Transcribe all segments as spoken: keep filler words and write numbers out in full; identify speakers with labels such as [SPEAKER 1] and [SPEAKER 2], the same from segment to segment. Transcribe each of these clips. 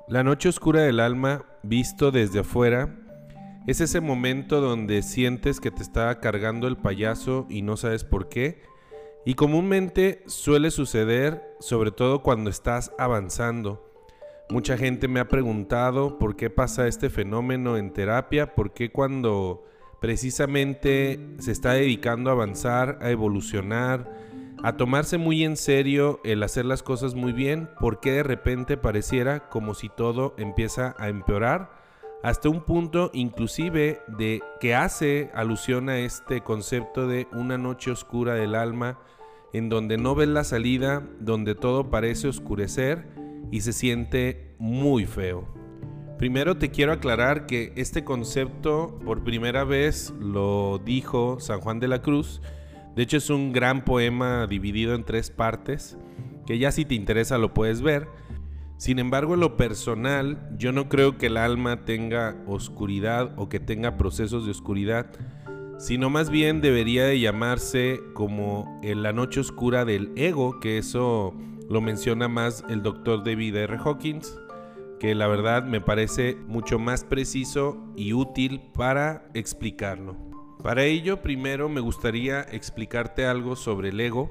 [SPEAKER 1] La noche oscura del alma, visto desde afuera, es ese momento donde sientes que te está cargando el payaso y no sabes por qué, y comúnmente suele suceder sobre todo cuando estás avanzando. Mucha gente me ha preguntado por qué pasa este fenómeno en terapia, por qué cuando precisamente se está dedicando a avanzar, a evolucionar, a tomarse muy en serio el hacer las cosas muy bien, por qué de repente pareciera como si todo empieza a empeorar, hasta un punto inclusive de que hace alusión a este concepto de una noche oscura del alma, en donde no ves la salida, donde todo parece oscurecer y se siente muy feo. Primero te quiero aclarar que este concepto por primera vez lo dijo San Juan de la Cruz. De hecho es un gran poema dividido en tres partes, que ya si te interesa lo puedes ver. Sin embargo, en lo personal, yo no creo que el alma tenga oscuridad o que tenga procesos de oscuridad, sino más bien debería de llamarse como la noche oscura del ego, que eso lo menciona más el doctor David R. Hawkins, que la verdad me parece mucho más preciso y útil para explicarlo. Para ello, primero me gustaría explicarte algo sobre el ego,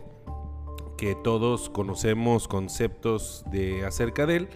[SPEAKER 1] que todos conocemos conceptos de acerca de él,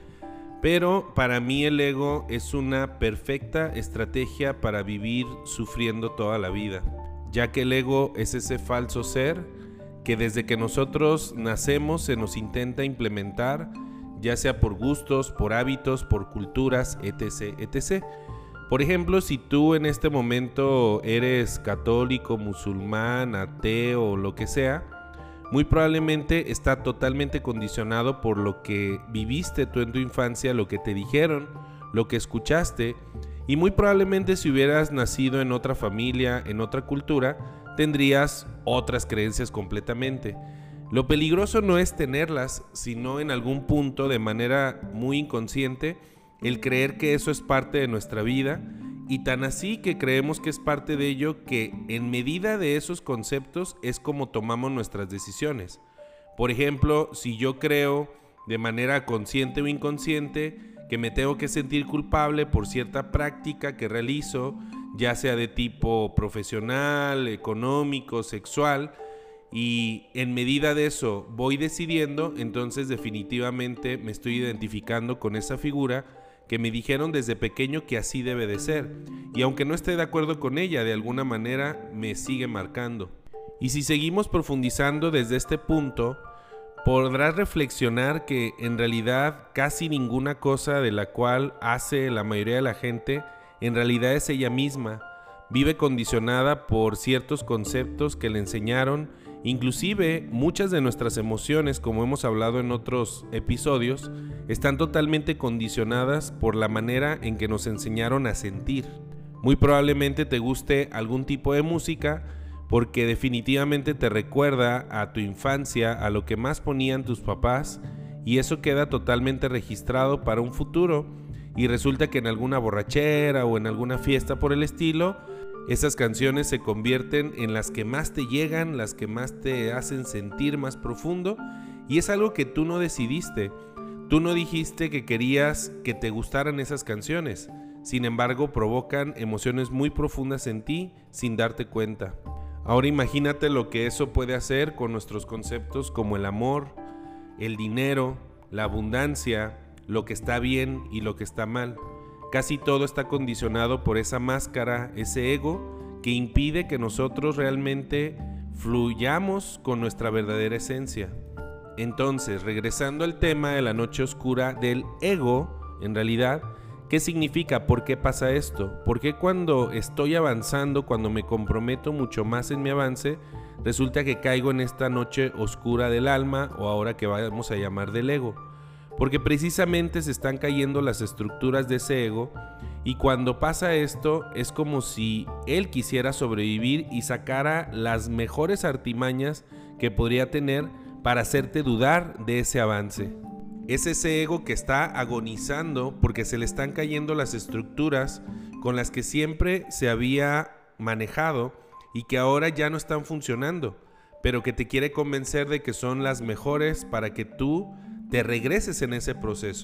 [SPEAKER 1] pero para mí el ego es una perfecta estrategia para vivir sufriendo toda la vida, ya que el ego es ese falso ser que desde que nosotros nacemos se nos intenta implementar, ya sea por gustos, por hábitos, por culturas, etc, etcétera. Por ejemplo, si tú en este momento eres católico, musulmán, ateo o lo que sea, muy probablemente está totalmente condicionado por lo que viviste tú en tu infancia, lo que te dijeron, lo que escuchaste, y muy probablemente si hubieras nacido en otra familia, en otra cultura, tendrías otras creencias completamente. Lo peligroso no es tenerlas, sino en algún punto de manera muy inconsciente, el creer que eso es parte de nuestra vida, y tan así que creemos que es parte de ello que en medida de esos conceptos es como tomamos nuestras decisiones. Por ejemplo, si yo creo de manera consciente o inconsciente que me tengo que sentir culpable por cierta práctica que realizo, ya sea de tipo profesional, económico, sexual, y en medida de eso voy decidiendo, entonces definitivamente me estoy identificando con esa figura que me dijeron desde pequeño que así debe de ser, y aunque no esté de acuerdo con ella, de alguna manera me sigue marcando. Y si seguimos profundizando desde este punto, podrás reflexionar que en realidad casi ninguna cosa de la cual hace la mayoría de la gente, en realidad es ella misma. Vive condicionada por ciertos conceptos que le enseñaron. Inclusive muchas de nuestras emociones, como hemos hablado en otros episodios, están totalmente condicionadas por la manera en que nos enseñaron a sentir. Muy probablemente te guste algún tipo de música porque definitivamente te recuerda a tu infancia, a lo que más ponían tus papás, y eso queda totalmente registrado para un futuro, y resulta que en alguna borrachera o en alguna fiesta por el estilo, esas canciones se convierten en las que más te llegan, las que más te hacen sentir más profundo, y es algo que tú no decidiste. Tú no dijiste que querías que te gustaran esas canciones, sin embargo provocan emociones muy profundas en ti sin darte cuenta. Ahora imagínate lo que eso puede hacer con nuestros conceptos como el amor, el dinero, la abundancia, lo que está bien y lo que está mal. Casi todo está condicionado por esa máscara, ese ego, que impide que nosotros realmente fluyamos con nuestra verdadera esencia. Entonces, regresando al tema de la noche oscura del ego, en realidad, ¿qué significa? ¿Por qué pasa esto? ¿Por qué cuando estoy avanzando, cuando me comprometo mucho más en mi avance, resulta que caigo en esta noche oscura del alma, o ahora que vamos a llamar del ego? Porque precisamente se están cayendo las estructuras de ese ego, y cuando pasa esto es como si él quisiera sobrevivir y sacara las mejores artimañas que podría tener para hacerte dudar de ese avance. Es ese ego que está agonizando porque se le están cayendo las estructuras con las que siempre se había manejado y que ahora ya no están funcionando, pero que te quiere convencer de que son las mejores para que tú te regreses en ese proceso.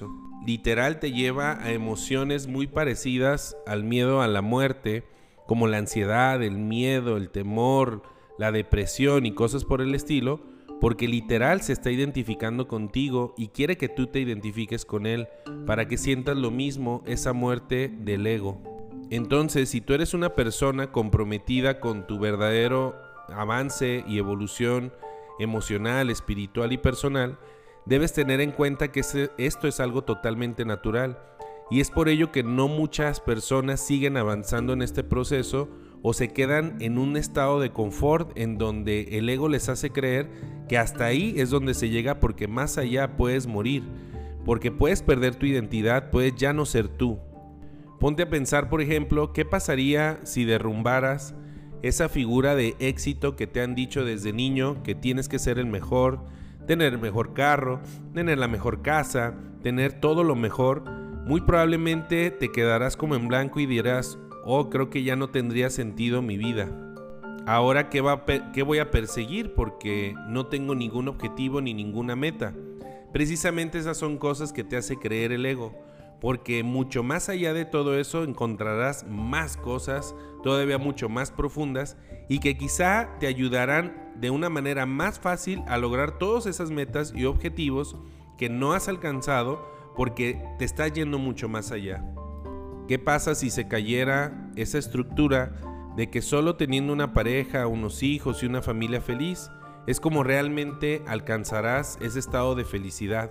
[SPEAKER 1] literal te lleva a emociones muy parecidas al miedo a la muerte, como la ansiedad, el miedo, el temor, la depresión y cosas por el estilo, porque literal se está identificando contigo y quiere que tú te identifiques con él para que sientas lo mismo, esa muerte del ego. Entonces, si tú eres una persona comprometida con tu verdadero avance y evolución emocional, espiritual y personal, debes tener en cuenta que esto es algo totalmente natural, y es por ello que no muchas personas siguen avanzando en este proceso o se quedan en un estado de confort en donde el ego les hace creer que hasta ahí es donde se llega, porque más allá puedes morir, porque puedes perder tu identidad, puedes ya no ser tú. Ponte a pensar, por ejemplo, ¿qué pasaría si derrumbaras esa figura de éxito que te han dicho desde niño, que tienes que ser el mejor, tener el mejor carro, tener la mejor casa, tener todo lo mejor? Muy probablemente te quedarás como en blanco y dirás, oh, creo que ya no tendría sentido mi vida. Ahora, ¿qué, va a pe- qué voy a perseguir? Porque no tengo ningún objetivo ni ninguna meta. Precisamente esas son cosas que te hace creer el ego, porque mucho más allá de todo eso encontrarás más cosas todavía mucho más profundas y que quizá te ayudarán de una manera más fácil a lograr todas esas metas y objetivos que no has alcanzado, porque te estás yendo mucho más allá. ¿Qué pasa si se cayera esa estructura de que solo teniendo una pareja, unos hijos y una familia feliz es como realmente alcanzarás ese estado de felicidad?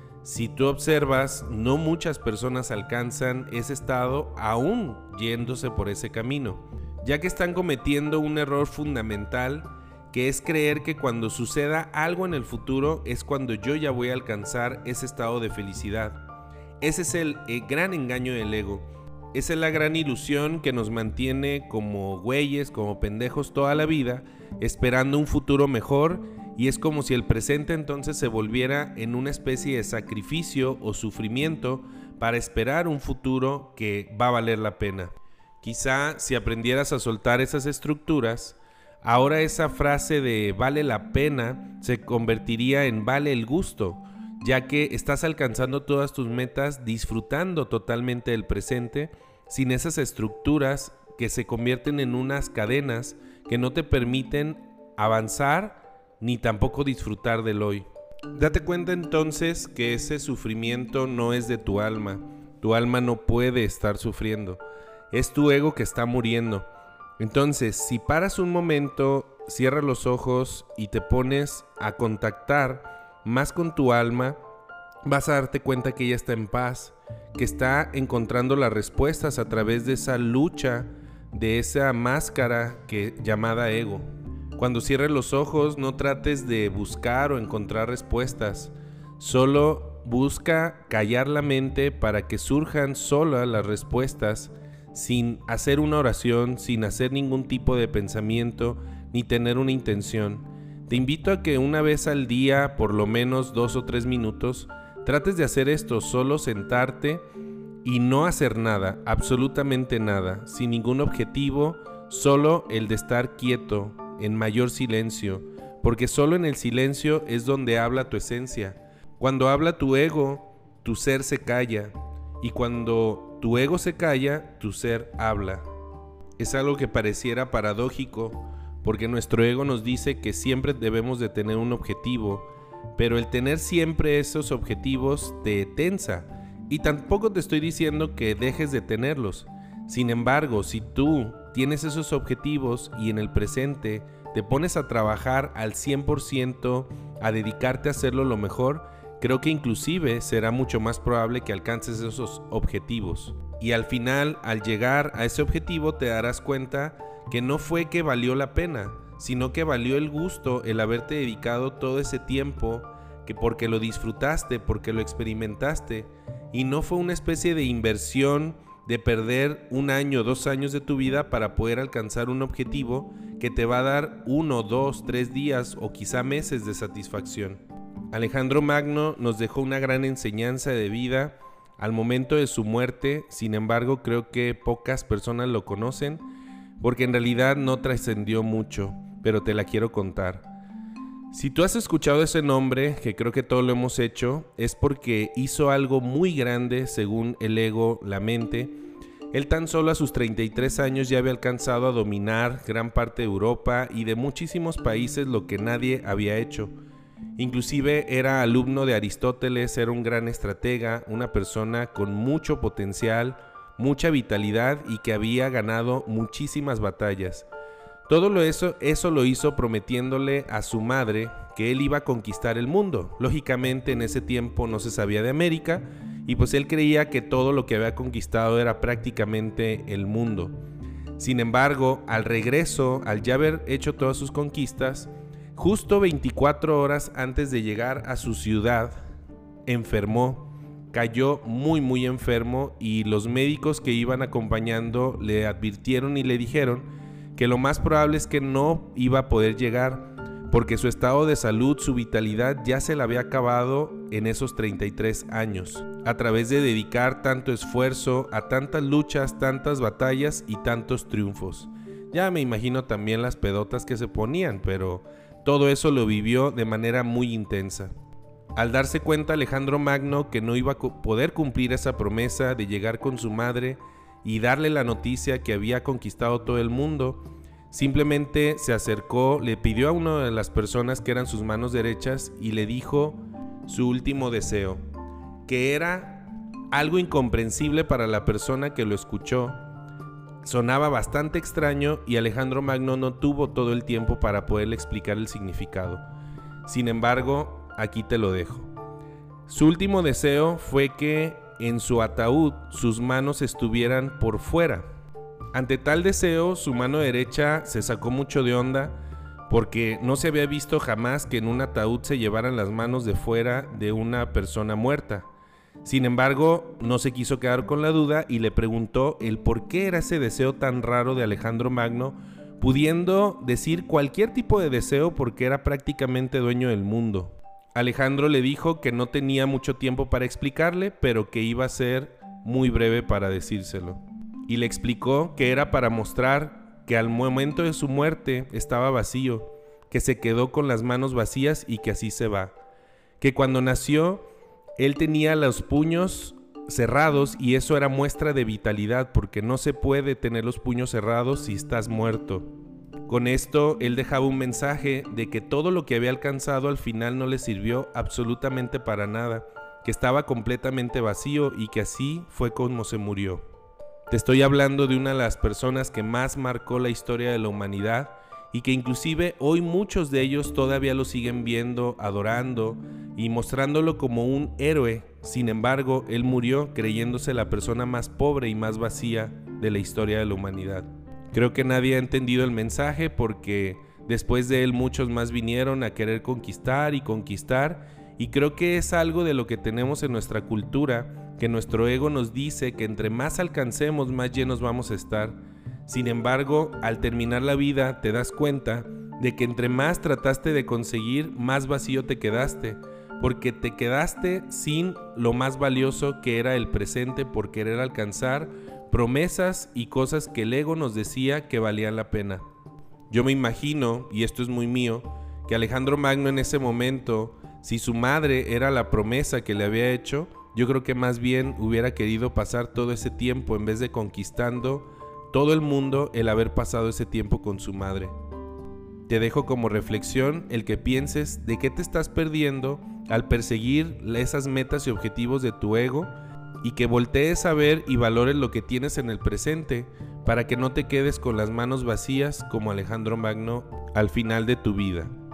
[SPEAKER 1] Si tú observas, no muchas personas alcanzan ese estado aún yéndose por ese camino, ya que están cometiendo un error fundamental, que es creer que cuando suceda algo en el futuro es cuando yo ya voy a alcanzar ese estado de felicidad. Ese es el, el gran engaño del ego. Esa es la gran ilusión que nos mantiene como güeyes, como pendejos toda la vida, esperando un futuro mejor, y es como si el presente entonces se volviera en una especie de sacrificio o sufrimiento para esperar un futuro que va a valer la pena. Quizá si aprendieras a soltar esas estructuras, ahora esa frase de vale la pena se convertiría en vale el gusto, ya que estás alcanzando todas tus metas disfrutando totalmente del presente, sin esas estructuras que se convierten en unas cadenas que no te permiten avanzar ni tampoco disfrutar del hoy. Date cuenta entonces que ese sufrimiento no es de tu alma. Tu alma no puede estar sufriendo. Es tu ego que está muriendo. Entonces, si paras un momento, cierras los ojos y te pones a contactar más con tu alma, vas a darte cuenta que ella está en paz, que está encontrando las respuestas a través de esa lucha, de esa máscara que llamada ego. Cuando cierres los ojos, no trates de buscar o encontrar respuestas. Solo busca callar la mente para que surjan solas las respuestas, sin hacer una oración, sin hacer ningún tipo de pensamiento, ni tener una intención. Te invito a que una vez al día, por lo menos dos o tres minutos, trates de hacer esto, solo sentarte y no hacer nada, absolutamente nada, sin ningún objetivo, solo el de estar quieto, en mayor silencio, porque solo en el silencio es donde habla tu esencia. Cuando habla tu ego, tu ser se calla, y cuando tu ego se calla, tu ser habla. Es algo que pareciera paradójico, porque nuestro ego nos dice que siempre debemos de tener un objetivo, pero el tener siempre esos objetivos te tensa, y tampoco te estoy diciendo que dejes de tenerlos. Sin embargo, si tú tienes esos objetivos y en el presente te pones a trabajar al cien por ciento, a dedicarte a hacerlo lo mejor, creo que inclusive será mucho más probable que alcances esos objetivos. Y al final, al llegar a ese objetivo, te darás cuenta que no fue que valió la pena, sino que valió el gusto el haberte dedicado todo ese tiempo, que porque lo disfrutaste, porque lo experimentaste, y no fue una especie de inversión de perder un año, dos años de tu vida para poder alcanzar un objetivo que te va a dar uno, dos, tres días o quizá meses de satisfacción. Alejandro Magno nos dejó una gran enseñanza de vida al momento de su muerte. Sin embargo, creo que pocas personas lo conocen porque en realidad no trascendió mucho, pero te la quiero contar. Si tú has escuchado ese nombre, que creo que todos lo hemos hecho, es porque hizo algo muy grande según el ego, la mente. Él tan solo a sus treinta y tres años ya había alcanzado a dominar gran parte de Europa y de muchísimos países, lo que nadie había hecho. Inclusive era alumno de Aristóteles, era un gran estratega, una persona con mucho potencial, mucha vitalidad y que había ganado muchísimas batallas. Todo lo eso, eso lo hizo prometiéndole a su madre que él iba a conquistar el mundo. Lógicamente en ese tiempo no se sabía de América y pues él creía que todo lo que había conquistado era prácticamente el mundo. Sin embargo, al regreso, al ya haber hecho todas sus conquistas, justo veinticuatro horas antes de llegar a su ciudad, enfermó, cayó muy muy enfermo y los médicos que iban acompañando le advirtieron y le dijeron que lo más probable es que no iba a poder llegar porque su estado de salud, su vitalidad ya se le había acabado en esos treinta y tres años, a través de dedicar tanto esfuerzo a tantas luchas, tantas batallas y tantos triunfos. Ya me imagino también las pedotas que se ponían, pero todo eso lo vivió de manera muy intensa. Al darse cuenta Alejandro Magno que no iba a poder cumplir esa promesa de llegar con su madre y darle la noticia que había conquistado todo el mundo, simplemente se acercó, le pidió a una de las personas que eran sus manos derechas y le dijo su último deseo, que era algo incomprensible para la persona que lo escuchó. Sonaba bastante extraño y Alejandro Magno no tuvo todo el tiempo para poderle explicar el significado. Sin embargo, aquí te lo dejo. Su último deseo fue que en su ataúd sus manos estuvieran por fuera. Ante tal deseo, su mano derecha se sacó mucho de onda porque no se había visto jamás que en un ataúd se llevaran las manos de fuera de una persona muerta. Sin embargo, no se quiso quedar con la duda y le preguntó el por qué era ese deseo tan raro de Alejandro Magno, pudiendo decir cualquier tipo de deseo porque era prácticamente dueño del mundo. Alejandro le dijo que no tenía mucho tiempo para explicarle, pero que iba a ser muy breve para decírselo. Y le explicó que era para mostrar que al momento de su muerte estaba vacío, que se quedó con las manos vacías y que así se va. Que cuando nació, él tenía los puños cerrados y eso era muestra de vitalidad, porque no se puede tener los puños cerrados si estás muerto. Con esto, él dejaba un mensaje de que todo lo que había alcanzado al final no le sirvió absolutamente para nada, que estaba completamente vacío y que así fue como se murió. Te estoy hablando de una de las personas que más marcó la historia de la humanidad y que inclusive hoy muchos de ellos todavía lo siguen viendo, adorando y mostrándolo como un héroe. Sin embargo, él murió creyéndose la persona más pobre y más vacía de la historia de la humanidad. Creo que nadie ha entendido el mensaje porque después de él muchos más vinieron a querer conquistar y conquistar, y creo que es algo de lo que tenemos en nuestra cultura, que nuestro ego nos dice que entre más alcancemos más llenos vamos a estar. Sin embargo, al terminar la vida te das cuenta de que entre más trataste de conseguir, más vacío te quedaste, porque te quedaste sin lo más valioso que era el presente por querer alcanzar promesas y cosas que el ego nos decía que valían la pena. Yo me imagino, y esto es muy mío, que Alejandro Magno en ese momento, si su madre era la promesa que le había hecho, yo creo que más bien hubiera querido pasar todo ese tiempo en vez de conquistando todo el mundo, el haber pasado ese tiempo con su madre. Te dejo como reflexión el que pienses de qué te estás perdiendo al perseguir esas metas y objetivos de tu ego, y que voltees a ver y valores lo que tienes en el presente para que no te quedes con las manos vacías como Alejandro Magno al final de tu vida.